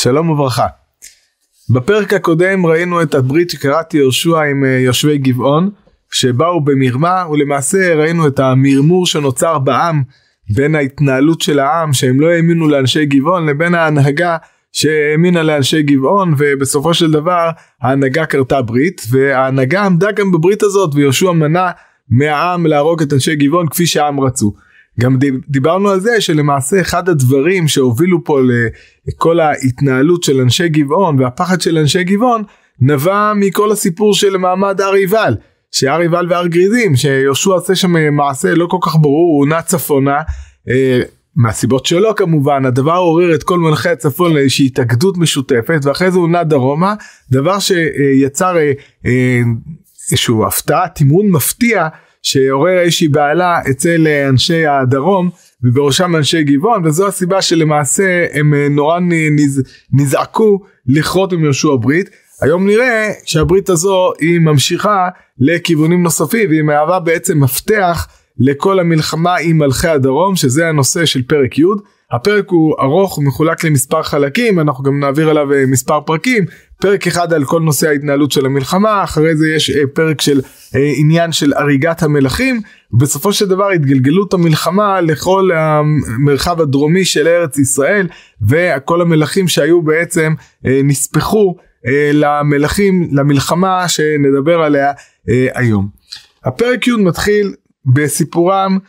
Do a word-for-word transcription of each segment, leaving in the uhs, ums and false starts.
שלום וברכה. בפרק הקודם ראינו את הברית שקראתי יהושע עם יושבי גבעון, שבאו במרמה, ולמעשה ראינו את המרמור שנוצר בעם, בין ההתנהלות של העם, שהם לא האמינו לאנשי גבעון, לבין ההנהגה שהאמינה לאנשי גבעון, ובסופו של דבר ההנהגה קרתה ברית, וההנהגה עמדה גם בברית הזאת, ויהושע מנע מהעם להרוג את אנשי גבעון כפי שהעם רצו. גם דיברנו על זה שלמעשה אחד הדברים שהובילו פה לכל ההתנהלות של אנשי גבעון והפחד של אנשי גבעון נבע מכל הסיפור של מעמד הר עיבל, שהר עיבל והר גריזים, שיהושע עושה שם מעשה לא כל כך ברור, הוא נע צפונה, אה, מהסיבות שלו כמובן, הדבר עורר את כל מלכי הצפון לאיזושהי התאגדות משותפת, ואחרי זה הוא נע דרומה, דבר שיצר אה, אה, איזשהו הפתעה, תמרון מפתיע, שעורר איזושהי בעלה אצל אנשי הדרום ובראשם אנשי גבעון, וזו הסיבה שלמעשה הם נורא נז, נזעקו לכרות עם יהושע ברית. היום נראה שהברית הזו היא ממשיכה לכיוונים נוספים, והיא מהווה בעצם מפתח לכל המלחמה עם מלכי הדרום, שזה הנושא של פרק י'. הפרק הוא ארוך, הוא מחולק למספר חלקים, אנחנו גם נעביר עליו מספר פרקים, פרק אחד על כל נושא ההתנהלות של המלחמה, אחרי זה יש פרק של עניין של הריגת המלכים, ובסופו של דבר התגלגלות המלחמה לכל המרחב הדרומי של ארץ ישראל, וכל המלכים שהיו בעצם נספחו למלכים, למלחמה שנדבר עליה היום. הפרק י' מתחיל בסיפורם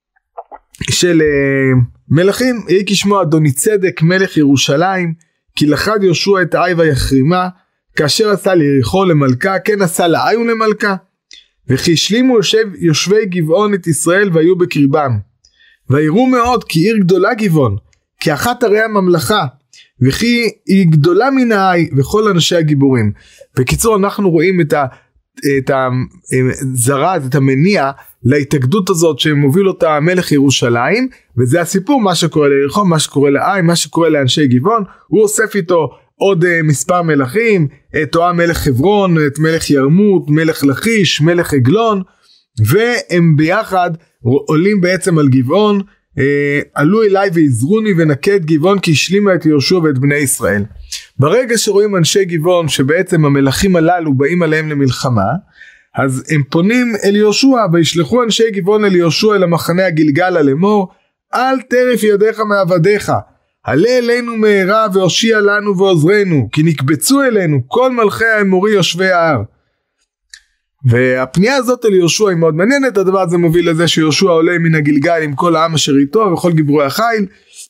של מלכים. יהי כשמו אדוני צדק מלך ירושלים, כי לכד יהושע את העי ויחרימה, כאשר עשה ליריחו למלכה, כן עשה לעי ולמלכה. וכי השלימו יושב, יושבי גבעון את ישראל והיו בקרבם. ויראו מאוד כי עיר גדולה גבעון, כי אחת ערי הממלכה, וכי היא גדולה מן העי וכל אנשי הגיבורים. בקיצור, אנחנו רואים את ה... את הזרז, את המניע להתאגדות הזאת שמוביל אותה מלך ירושלים, וזה הסיפור, מה שקורה ליריחו, מה שקורה לעי, מה שקורה לאנשי גבעון. הוא אוסף איתו עוד uh, מספר מלכים, את תועה מלך חברון, את מלך ירמות, מלך לכיש, מלך עגלון, והם ביחד עולים בעצם על גבעון. uh, עלו אליי ועזרוני ונקד גבעון, כי השלימה את יהושע ואת בני ישראל. ברגע שרואים אנשי גבעון שבעצם המלכים הללו באים עליהם למלחמה, אז הם פונים אל יהושע, וישלחו אנשי גבעון אל יהושע אל המחנה הגלגלה לאמור, אל טרף ידיך מעבדיך, עלה אלינו מהרה והושיע לנו ועוזרנו, כי נקבצו אלינו כל מלכי האמורי יושבי ההר. והפנייה הזאת אל יהושע היא מאוד מעניינת. הדבר הזה מוביל לזה שיהושע עולה מן הגלגל עם כל העם אשר איתו וכל גיבורי החיל,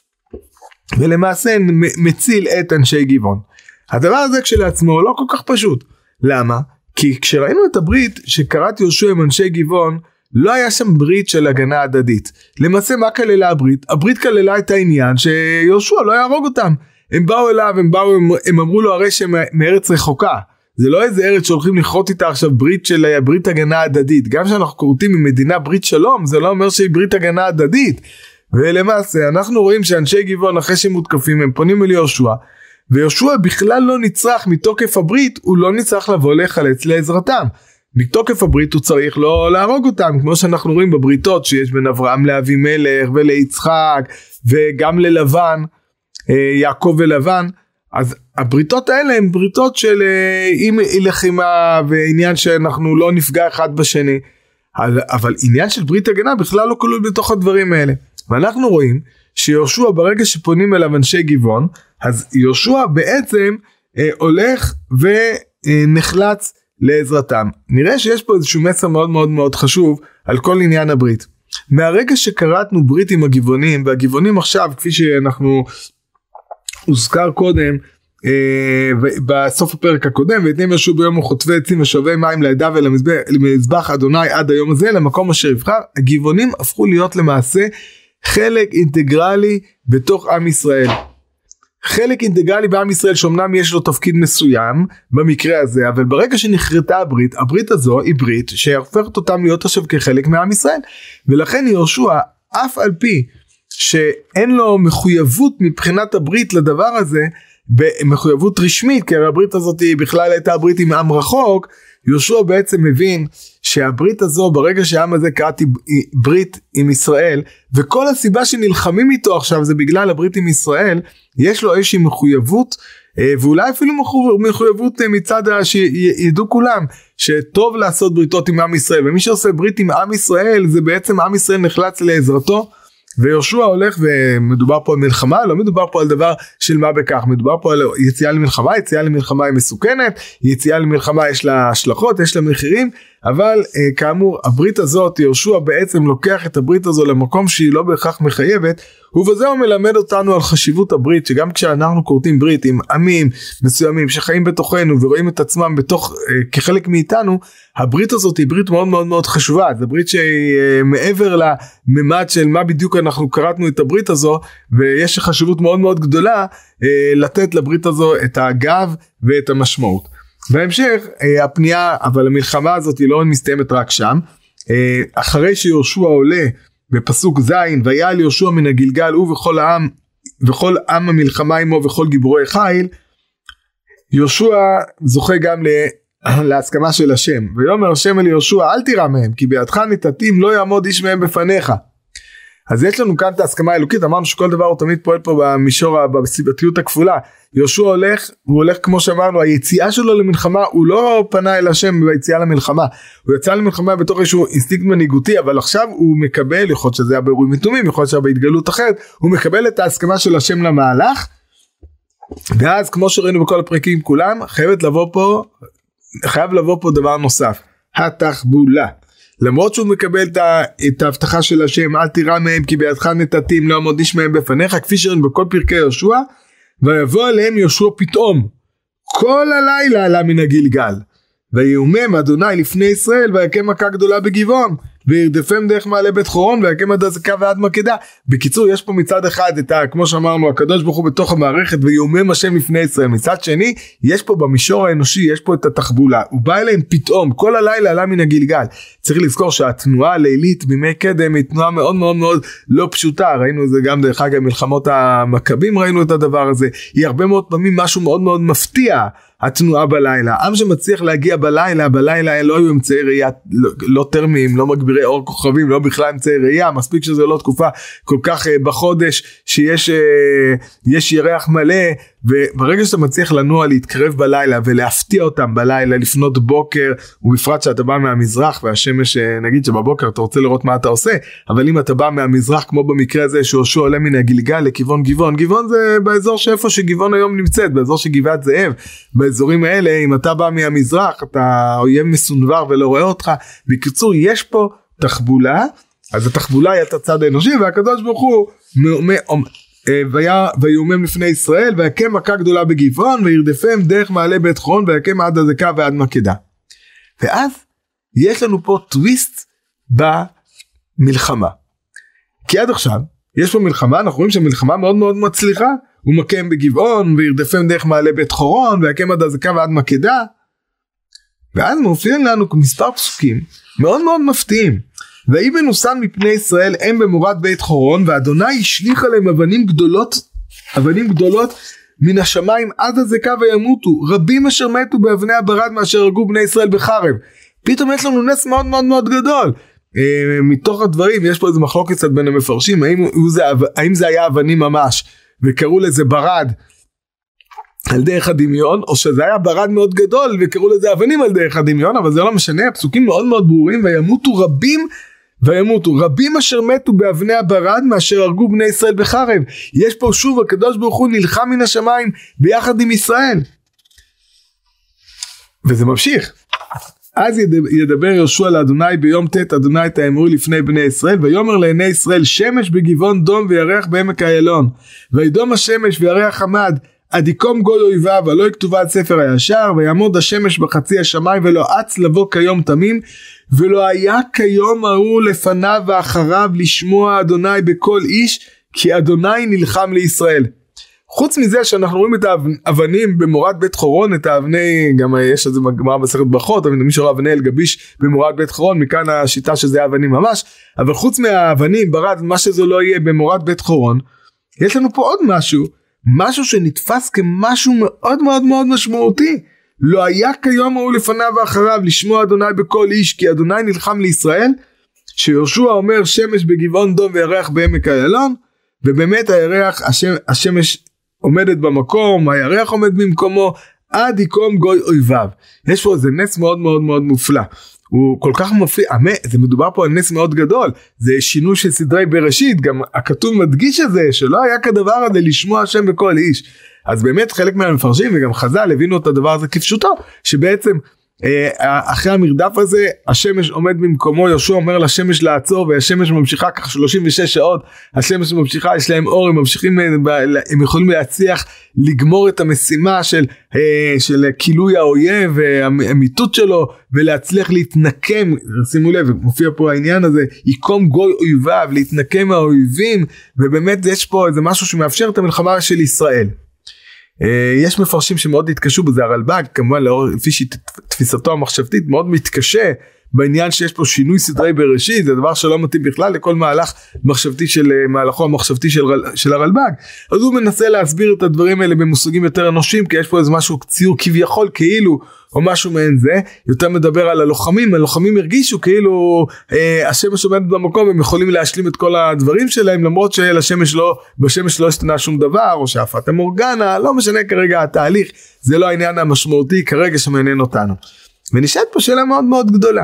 ולמעשה מציל את אנשי גבעון. הדבר הזה כשלעצמו לא כל כך פשוט. למה? כי כשראינו את הברית שקראת יהושע עם אנשי גבעון, לא היה שם ברית של הגנה הדדית. למעשה מה כללה הברית? הברית כללה את העניין שיהושע לא יהרוג אותם. הם באו אליו, הם באו, הם, הם אמרו לו הרי שהם מארץ רחוקה. זה לא איזה ארץ שהולכים לכרות איתה עכשיו ברית של ברית הגנה הדדית. גם שאנחנו קוראים ממדינה ברית שלום, זה לא אומר שהיא ברית הגנה הדדית. ולמעשה אנחנו רואים שאנשי גבעון אחרי שמותקפים הם פונים אל יהושע, ויהושע בכלל לא נצרך מתוקף הברית, הוא לא נצרך לבוא לחלץ לעזרתם. מתוקף הברית הוא צריך לא להרוג אותם, כמו שאנחנו רואים בבריתות שיש בין אברהם לאבימלך וליצחק וגם ללבן, יעקב ולבן. אז הבריתות האלה הן בריתות של עם לחימה ועניין שאנחנו לא נפגע אחד בשני, אבל עניין של ברית הגנה בכלל לא כלול בתוך הדברים האלה. ואנחנו רואים שיהושע ברגע שפונים אליו אנשי גבעון, אז יהושע בעצם אה, הולך ונחלץ לעזרתם. נראה שיש פה איזשהו מסר מאוד מאוד מאוד חשוב על כל עניין הברית. מהרגע שקראתנו ברית עם הגבעונים, והגבעונים עכשיו כפי שאנחנו הוזכר קודם אה, בסוף הפרק הקודם, ויתנים יהושע ביום וכותבי עצים ושואבי מים לעדה ולמזבח אדוני עד היום הזה למקום אשר יבחר. הגבעונים הפכו להיות למעשה חלק אינטגרלי בתוך עם ישראל. חלק אינטגרלי בעם ישראל שאומנם יש לו תפקיד מסוים במקרה הזה, אבל ברגע שנחרטה הברית, הברית הזו היא ברית שהופכת אותם להיות עכשיו כחלק מעם ישראל. ולכן יהושע, אף על פי שאין לו מחויבות מבחינת הברית לדבר הזה, במחויבות רשמית, כי הברית הזאת היא בכלל הייתה הברית עם עם רחוק, יהושע בעצם מבין שהברית הזו, ברגע שהעם הזה קראתי ברית עם ישראל, וכל הסיבה שנלחמים איתו עכשיו זה בגלל הברית עם ישראל, יש לו איזושהי מחויבות ואולי אפילו מחויבות מצד שידעו כולם שטוב לעשות בריתות עם עם ישראל, ומי שעושה ברית עם עם ישראל זה בעצם עם ישראל נחלץ לעזרתו. ויהושע הולך, ומדובר פה על מלחמה, לא מדובר פה על דבר של מה בכך, מדובר פה על יציאה למלחמה, יציאה למלחמה היא מסוכנת, יציאה למלחמה יש לה השלכות, יש לה מחירים, אבל כאמור הברית הזאת, יהושע בעצם לוקח את הברית הזו למקום שהיא לא בהכרח מחייבת, ובזה הוא מלמד אותנו על חשיבות הברית, שגם כשאנחנו קוראים ברית עם עמים מסוימים שחיים בתוכנו ורואים את עצמם בתוך, כחלק מאיתנו, הברית הזאת היא ברית מאוד מאוד מאוד חשובה, זו ברית שהיא מעבר לממד של מה בדיוק אנחנו קראתנו את הברית הזו, ויש חשיבות מאוד מאוד גדולה לתת לברית הזו את הגב ואת המשמעות. בהמשך הפנייה, אבל המלחמה הזאת היא לא מסתיימת רק שם, אחרי שיהושע עולה בפסוק זין, ויעל יהושע מן הגלגל הוא וכל העם, וכל עם המלחמה עמו וכל גיבורי חיל, יהושע זוכה גם להסכמה של השם, ויאמר השם אל יהושע אל תירא מהם, כי בידך נתתי אם לא יעמוד איש מהם בפניך. אז יש לנו כאן את ההסכמה האלוקית, אמרנו שכל דבר הוא תמיד פועל פה במישור, בסיבתיות הכפולה. יהושע הולך, הוא הולך כמו שאמרנו, היציאה שלו למלחמה, הוא לא פנה אל השם ביציאה למלחמה, הוא יצא למלחמה בתוך איזשהו אינסטינקט מנהיגותי, אבל עכשיו הוא מקבל, יכול להיות שזה היה באירועים מתומים, יכול להיות שזה בהתגלות אחרת, הוא מקבל את ההסכמה של השם למהלך, ואז כמו שראינו בכל הפרקים כולם, חייבת לבוא פה, חייב לבוא פה דבר נוסף, התחבולה. למרות שהוא מקבל את ההבטחה של השם, אל תירא מהם כי בידך נתתי אם לא יעמוד איש מהם בפניך, כפי שראינו בכל פרקי יהושע, ויבוא עליהם יהושע פתאום, כל הלילה עלה מן הגלגל, ויאומם אדוני לפני ישראל, ויקם מכה גדולה בגבעון, וירדפם דרך מעלה בית חורון, ויקם עד הזקה ועד מקדה. בקיצור, יש פה מצד אחד את ה, כמו שאמרנו, הקדוש ברוך הוא בתוך המערכת, ויאומם השם לפני ישראל. מצד שני, יש פה במישור האנושי, יש פה את התחבולה. הוא בא אליהם פתאום, כל הלילה עלה מן הגלגל. צריך לזכור שהתנועה הלילית בימי קדם היא תנועה מאוד מאוד מאוד לא פשוטה. ראינו את זה גם דרך אגב מלחמות המכבים, ראינו את הדבר הזה. היא הרבה מאוד פעמים משהו מאוד מאוד מפתיע. התנועה בלילה, עם שמצליח להגיע בלילה, בלילה לא היו אמצעי ראייה, לא, לא טרמיים, לא מגבירי אור כוכבים, לא בכלל אמצעי ראייה, מספיק שזה לא תקופה כל כך uh, בחודש, שיש uh, יש ירח מלא, וברגע שאתה מצליח לנוע, להתקרב בלילה, ולהפתיע אותם בלילה, לפנות בוקר, ובפרט שאתה בא מהמזרח, והשמש, נגיד שבבוקר אתה רוצה לראות מה אתה עושה, אבל אם אתה בא מהמזרח, כמו במקרה הזה, שיהושע עולה מן הגלגל לכיוון גבעון, גבעון זה באזור שאיפה שגבעון היום נמצאת, באזור שגבעת זאב, באזורים האלה, אם אתה בא מהמזרח, אתה אויב מסונבר ולא רואה אותך, בקיצור, יש פה תחבולה, אז התחבולה היא את הצד האנושי, והקדוש ברוך הוא ויאומם לפני ישראל, ויקם מכה גדולה בגבעון, וירדפם דרך מעלה בית חורון, ויקם עד הזקה ועד מקדה. ואז יש לנו פה טוויסט במלחמה. כי עד עכשיו, יש פה מלחמה, אנחנו רואים שהמלחמה מאוד מאוד מצליחה, הוא מקם בגבעון, וירדפם דרך מעלה בית חורון, ויקם עד הזקה ועד מקדה. ואז מופיעים לנו מספר פסוקים, מאוד מאוד מפתיעים. ויהי מנוסן מפני ישראל הם במורד בית חורון, ואדוני השליך עליהם אבנים גדולות, אבנים גדולות מן השמיים עד הזקה וימותו, רבים אשר מתו באבני הברד מאשר הרגו בני ישראל בחרב. פתאום יש לנו נס מאוד מאוד מאוד גדול. אה, מתוך הדברים יש פה איזה מחלוקת קצת בין המפרשים, האם זה, האם זה היה אבנים ממש, וקראו לזה ברד על דרך הדמיון, או שזה היה ברד מאוד גדול, וקראו לזה אבנים על דרך הדמיון, אבל זה לא משנה, הפסוקים מאוד מאוד ברורים, וימותו רבים, וימותו רבים אשר מתו באבני הברד מאשר הרגו בני ישראל בחרב. יש פה שוב הקדוש ברוך הוא נלחם מן השמיים ביחד עם ישראל, וזה ממשיך. אז ידבר יהושע לאדוני ביום ת' אדוני תאמרו לפני בני ישראל, ויאמר לעיני ישראל שמש בגבעון דום וירח בעמק איילון, וידום השמש וירח עמד עד יקום גוי אויביו, ולא יכתובה על ספר הישר, ויעמוד השמש בחצי השמיים, ולא אץ לבוא כיום תמים, ולא היה כיום ההוא לפניו ואחריו לשמוע אדוני בכל איש, כי אדוני נלחם לישראל. חוץ מזה שאנחנו רואים את האבנים במורד בית חורון, את האבני, גם יש איזה גמרא בסרט ברכות, אבל מי שראה אבני אל גביש במורד בית חורון, מכאן השיטה שזה אבנים ממש, אבל חוץ מהאבנים, ברד, מה שזה לא יהיה במורד בית חורון, יש לנו פה עוד משהו, משהו שנתפס כמשהו מאוד מאוד מאוד משמעותי. לא היה כיום ההוא לפניו ואחריו לשמוע אדוני בכל איש, כי אדוני נלחם לישראל, שיהושע אומר שמש בגבעון דום וירח בעמק איילון, ובאמת הירח, השמש עומדת במקום, הירח עומד במקומו, עד יקום גוי אויביו. יש פה איזה נס מאוד מאוד מאוד מופלא. הוא כל כך מופיע, זה מדובר פה על נס מאוד גדול, זה שינוי של סדרי בראשית, גם הכתוב מדגיש את זה, שלא היה כדבר הזה לשמוע השם בכל איש. אז באמת חלק מהמפרשים וגם חז"ל הבינו את הדבר הזה כפשוטו, שבעצם אחרי המרדף הזה השמש עומד במקומו, יהושע אומר לשמש לעצור, והשמש ממשיכה כך שלושים ושש שעות, השמש ממשיכה, יש להם אור, הם ממשיכים, הם יכולים להצליח לגמור את המשימה של, של כילוי האויב והמיטוט שלו, ולהצליח להתנקם, שימו לב, מופיע פה העניין הזה, יקום גוי אויביו, להתנקם מהאויבים, ובאמת יש פה איזה משהו שמאפשר את המלחמה של ישראל. יש מפרשים שמאוד התקשו בזה, הרלב"ג כמובן לפי תפיסתו המחשבתית מאוד מתקשה בעניין שיש פה שינוי סדרי בראשית, זה דבר שלא מתאים בכלל לכל מהלך מחשבתי של מהלכו המחשבתי של, של הרלב"ג. אז הוא מנסה להסביר את הדברים האלה במושגים יותר אנושיים, כי יש פה איזה משהו ציור כביכול כאילו או משהו מעין זה, יותר מדבר על הלוחמים, הלוחמים הרגישו כאילו אה, השמש עומדת במקום, הם יכולים להשלים את כל הדברים שלהם, למרות שלשמש לא, בשמש לא השתנה שום דבר, או שהפת המורגנה, לא משנה כרגע התהליך, זה לא העניין המשמעותי כרגע שמעניין אותנו. ונשאלת פה שאלה מאוד מאוד גדולה.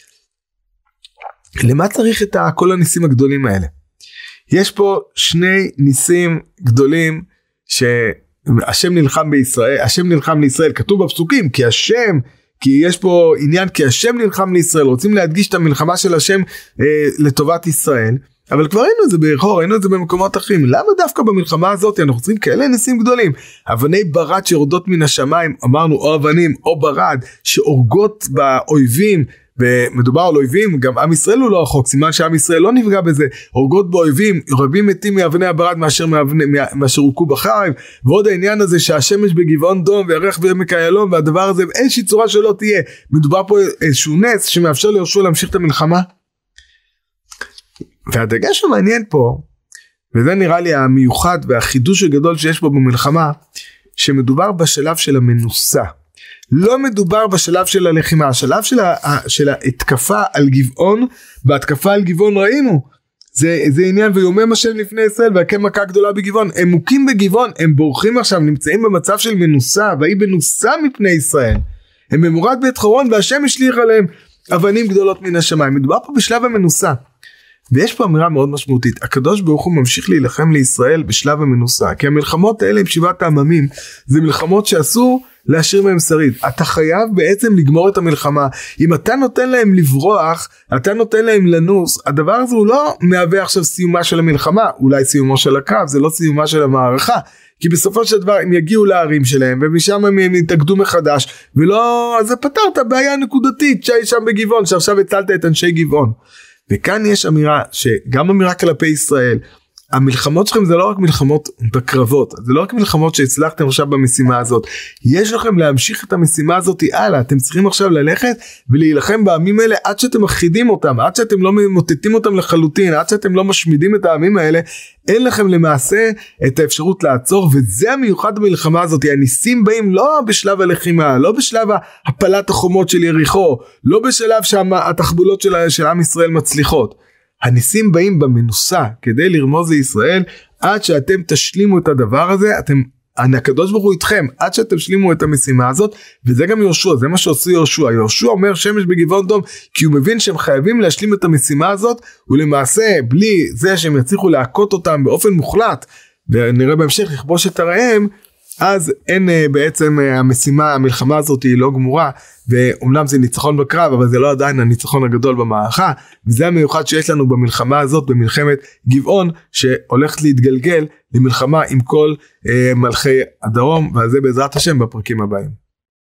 למה צריך את כל הניסים הגדולים האלה? יש פה שני ניסים גדולים שהשם נלחם בישראל, השם נלחם לישראל, כתוב בפסוקים, כי השם, כי יש פה עניין, כי השם נלחם לישראל, רוצים להדגיש את המלחמה של השם אה, לטובת ישראל, אבל כבר ראינו את זה ביריחו, ראינו את זה במקומות אחרים. למה דווקא במלחמה הזאת אנחנו צריכים כאלה ניסים גדולים? אבני ברד שיורדות מן השמיים, אמרנו או אבנים או ברד שאורגות באויבים, ומדובר על אויבים, גם עם ישראל הוא לא רחוק, סימן שעם ישראל לא נפגע בזה, הורגות באויבים, רבים מתים מאבני הברד מאשר, מאשר הוכו בחרב, ועוד העניין הזה שהשמש בגבעון דום וירח בעמק איילון, והדבר הזה איזושהי צורה שלא תהיה, מדובר פה איזשהו נס שמאפשר ליהושע להמשיך את המלחמה. והדגש המעניין פה, וזה נראה לי המיוחד והחידוש הגדול שיש פה במלחמה, שמדובר בשלב של המנוסה. לא מדובר בשלב של הלחימה, השלב של, ה, של ההתקפה על גבעון, בהתקפה על גבעון ראינו, זה, זה עניין ויומם השם לפני ישראל, והקם מכה גדולה בגבעון, הם מוכים בגבעון, הם בורחים עכשיו, נמצאים במצב של מנוסה, והיא מנוסה מפני ישראל, הם במורד בית חורון, והשם השליך עליהם אבנים גדולות מן השמיים, מדובר פה בשלב המנוסה, ויש פה אמירה מאוד משמעותית, הקדוש ברוך הוא ממשיך להילחם לישראל בשלב המנוסה, כי המלחמות האלה עם שבעת העממים, זה מלחמות שאסור להשאיר מהם שריד, אתה חייב בעצם לגמור את המלחמה, אם אתה נותן להם לברוח, אתה נותן להם לנוס, הדבר הזה הוא לא מהווה עכשיו סיומה של המלחמה, אולי סיומו של הקרב, זה לא סיומה של המערכה, כי בסופו של דבר הם יגיעו לערים שלהם, ומשם הם יתאגדו מחדש, ולא, אז זה פתר את הבעיה הנקודתית, שהי שם בגבעון, שעכשיו הצלת את אנשי גבעון, וכאן יש אמירה, שגם אמירה כלפי ישראל, המלחמות שלכם זה לא רק מלחמות בקרבות, זה לא רק מלחמות שהצלחתם עכשיו במשימה הזאת, יש לכם להמשיך את המשימה הזאת הלאה, אתם צריכים עכשיו ללכת ולהילחם בעמים האלה עד שאתם מחידים אותם, עד שאתם לא ממוטטים אותם לחלוטין, עד שאתם לא משמידים את העמים האלה, אין לכם למעשה את האפשרות לעצור, וזה המיוחד במלחמה הזאת, הניסים באים לא בשלב הלחימה, לא בשלב הפלת החומות של יריחו, לא בשלב שהתחבולות של, של עם ישראל מצליחות, הניסים באים במנוסה כדי לרמוז לישראל, עד שאתם תשלימו את הדבר הזה, אתם, הקדוש ברוך הוא איתכם, עד שאתם תשלימו את המשימה הזאת, וזה גם יהושע, זה מה שעושה יהושע, יהושע אומר שמש בגבעון דום, כי הוא מבין שהם חייבים להשלים את המשימה הזאת, ולמעשה בלי זה שהם יצליחו להכות אותם באופן מוחלט, ונראה בהמשך לכבוש את עריהם, אז אין בעצם המשימה, המלחמה הזאת היא לא גמורה, ואומנם זה ניצחון בקרב, אבל זה לא עדיין הניצחון הגדול במערכה, וזה המיוחד שיש לנו במלחמה הזאת, במלחמת גבעון, שהולכת להתגלגל למלחמה עם כל מלכי הדרום, ועל זה בעזרת השם בפרקים הבאים.